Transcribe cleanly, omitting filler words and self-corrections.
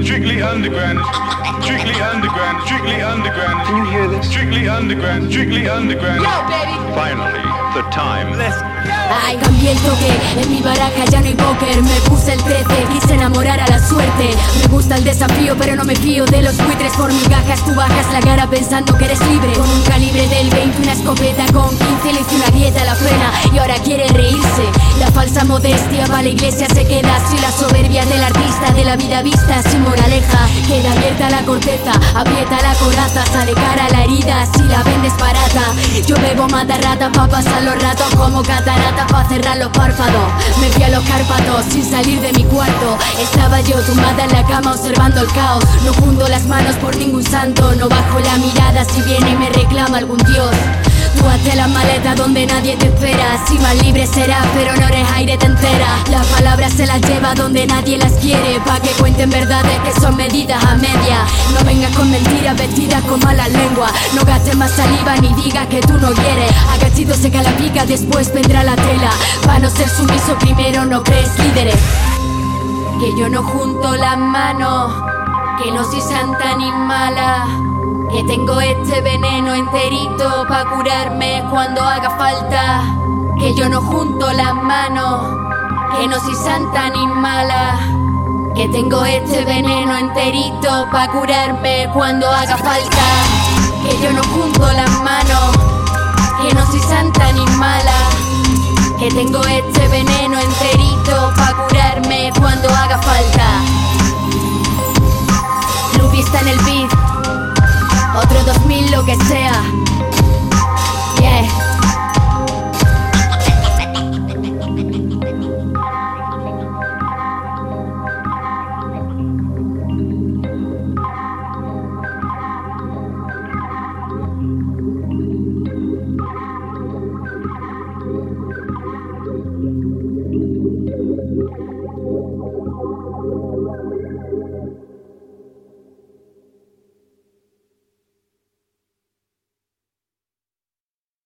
Strictly underground, strictly underground, strictly underground. Can you hear this? Strictly underground, strictly underground. Yo, baby. Finally, the time. Let's Ay, cambié el toque, en mi baraja ya no hay póker. Me puse el 13, quise enamorar a la suerte. Me gusta el desafío, pero no me fío de los buitres. Por migajas tú bajas la cara pensando que eres libre. Con un calibre del 20, una escopeta con 15 le hice una grieta a la frena y ahora quiere reírse. La falsa modestia va a la iglesia se queda. Soy la soberbia del artista, de la vida vista sin moraleja. Queda abierta la corteza, aprieta la coraza. Sale cara la herida si la vendes barata. Yo bebo mata rata pa' pasar los ratos como catarata pa' cerrar los párpados. Me fui a los Cárpatos sin salir de mi cuarto. Estaba yo tumbada en la cama observando el caos. No fundo las manos por ningún santo. No bajo la mirada si viene y me reclama algún dios. Tú hazte la maleta donde nadie te espera. Si más libre serás, pero no eres aire te entera. Las palabras se las lleva donde nadie las quiere. Pa' que cuenten verdades que son medidas a media. No vengas con mentiras vestidas con malas lenguas. No gastes más saliva ni digas que tú no quieres. A cachito seca la pica, después vendrá la tela. Pa' no ser sumiso primero no crees líderes. Que yo no junto las manos, que no soy santa ni mala. Que tengo este veneno enterito pa' curarme cuando haga falta. Que yo no junto las manos, que no soy santa ni mala. Que tengo este veneno enterito pa' curarme cuando haga falta. Que yo no junto las manos, que no soy santa ni mala. Que tengo este veneno enterito pa' curarme cuando haga falta. Lupi está en el beat. Otro 2000 lo que sea. Yeah.